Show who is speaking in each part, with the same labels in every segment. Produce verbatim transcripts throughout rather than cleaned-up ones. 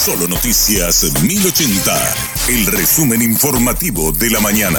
Speaker 1: Solo Noticias mil ochenta, el resumen informativo de la mañana.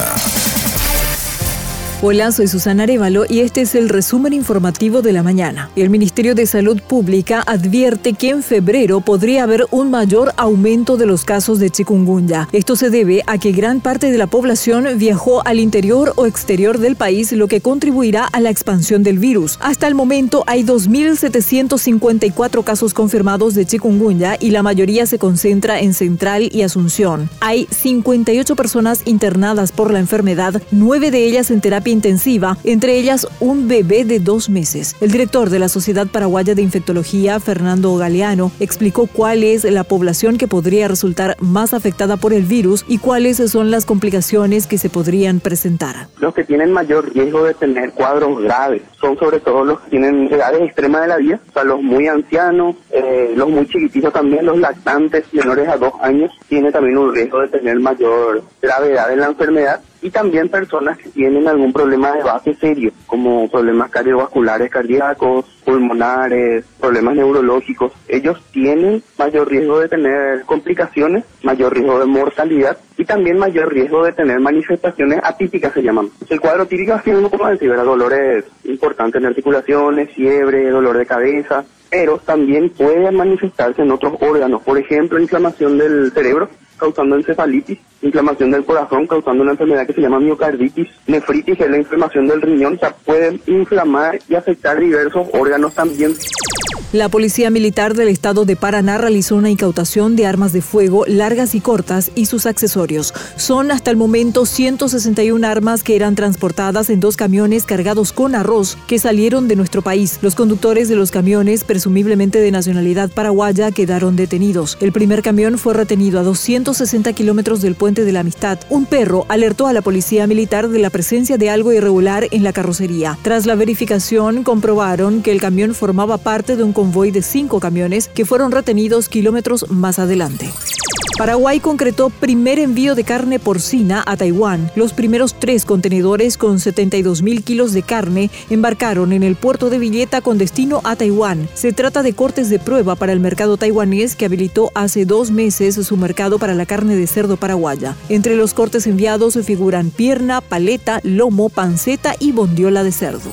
Speaker 2: Hola, soy Susana Arévalo y este es el resumen informativo de la mañana. El Ministerio de Salud Pública advierte que en febrero podría haber un mayor aumento de los casos de chikungunya. Esto se debe a que gran parte de la población viajó al interior o exterior del país, lo que contribuirá a la expansión del virus. Hasta el momento hay dos mil setecientos cincuenta y cuatro casos confirmados de chikungunya y la mayoría se concentra en Central y Asunción. Hay cincuenta y ocho personas internadas por la enfermedad, nueve de ellas en terapia intensiva, entre ellas un bebé de dos meses. El director de la Sociedad Paraguaya de Infectología, Fernando Galeano, explicó cuál es la población que podría resultar más afectada por el virus y cuáles son las complicaciones que se podrían presentar.
Speaker 3: Los que tienen mayor riesgo de tener cuadros graves son sobre todo los que tienen edades extremas de la vida, o sea, los muy ancianos, eh, los muy chiquititos también, los lactantes menores a dos años, tienen también un riesgo de tener mayor gravedad en la enfermedad. Y también personas que tienen algún problema de base serio, como problemas cardiovasculares cardíacos, pulmonares, problemas neurológicos. Ellos tienen mayor riesgo de tener complicaciones, mayor riesgo de mortalidad y también mayor riesgo de tener manifestaciones atípicas, se llaman. El cuadro típico es uno, como decir, dolores importantes en articulaciones, fiebre, dolor de cabeza, pero también pueden manifestarse en otros órganos, por ejemplo, inflamación del cerebro, causando encefalitis, inflamación del corazón, causando una enfermedad que se llama miocarditis, nefritis, que es la inflamación del riñón, o sea, pueden inflamar y afectar diversos órganos también.
Speaker 2: La Policía Militar del Estado de Paraná realizó una incautación de armas de fuego largas y cortas y sus accesorios. Son hasta el momento ciento sesenta y una armas que eran transportadas en dos camiones cargados con arroz que salieron de nuestro país. Los conductores de los camiones, presumiblemente de nacionalidad paraguaya, quedaron detenidos. El primer camión fue retenido a doscientos sesenta kilómetros del Puente de la Amistad. Un perro alertó a la Policía Militar de la presencia de algo irregular en la carrocería. Tras la verificación, comprobaron que el camión formaba parte de un convoy de cinco camiones que fueron retenidos kilómetros más adelante. Paraguay concretó primer envío de carne porcina a Taiwán. Los primeros tres contenedores con setenta y dos mil kilos de carne embarcaron en el puerto de Villeta con destino a Taiwán. Se trata de cortes de prueba para el mercado taiwanés que habilitó hace dos meses su mercado para la carne de cerdo paraguaya. Entre los cortes enviados figuran pierna, paleta, lomo, panceta y bondiola de cerdo.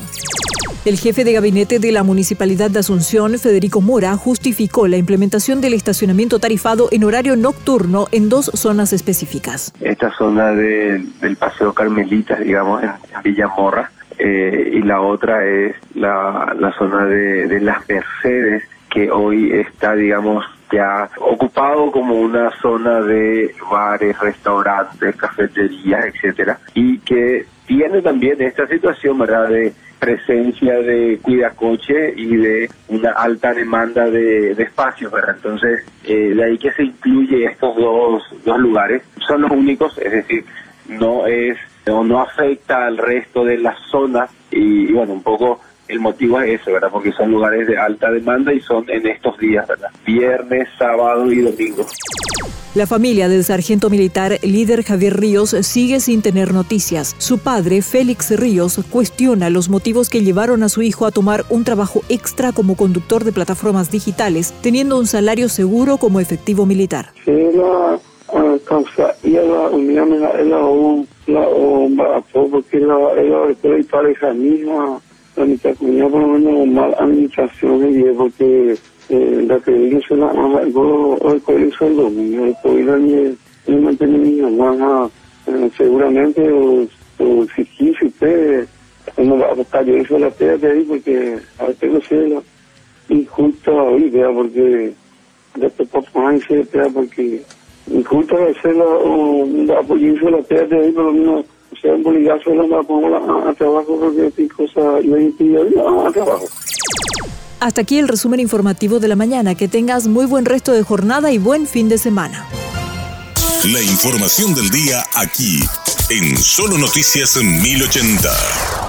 Speaker 2: El jefe de gabinete de la Municipalidad de Asunción, Federico Mora, justificó la implementación del estacionamiento tarifado en horario nocturno en dos zonas específicas.
Speaker 4: Esta zona de, del Paseo Carmelitas, digamos, en Villa Morra, eh, y la otra es la, la zona de, de Las Mercedes, que hoy está, digamos, ya ocupado como una zona de bares, restaurantes, cafeterías, etcétera, y que tiene también esta situación, ¿verdad?, de presencia de cuidacoche y de una alta demanda de, de espacios, ¿verdad? Entonces, eh, de ahí que se incluye estos dos, dos lugares. Son los únicos, es decir, no es no, no afecta al resto de las zonas y, y bueno, un poco el motivo es ese, ¿verdad? Porque son lugares de alta demanda y son en estos días, ¿verdad? Viernes, sábado y domingo.
Speaker 2: La familia del sargento militar líder Javier Ríos sigue sin tener noticias. Su padre, Félix Ríos, cuestiona los motivos que llevaron a su hijo a tomar un trabajo extra como conductor de plataformas digitales, teniendo un salario seguro como efectivo militar.
Speaker 5: Ela causa y ela união ela o la o porque ela ela estoy para esa misma la mitad comunidad por lo menos mal administración de porque Eh, la que dice se la algo el colegio el domingo el colegio y el mantenimiento van a eh, seguramente o o si si usted no va a buscar yo eso la pega de ahí porque a veces no sé la injusto hoy vea porque de estos pocos años se pega porque injusto a veces la o apoyo la pega de ahí por lo menos o sea un boligazo la pongo a, a trabajo porque hay cosas yo impide a trabajo.
Speaker 2: Hasta aquí el resumen informativo de la mañana. Que tengas muy buen resto de jornada y buen fin de semana.
Speaker 1: La información del día aquí, en Solo Noticias mil ochenta.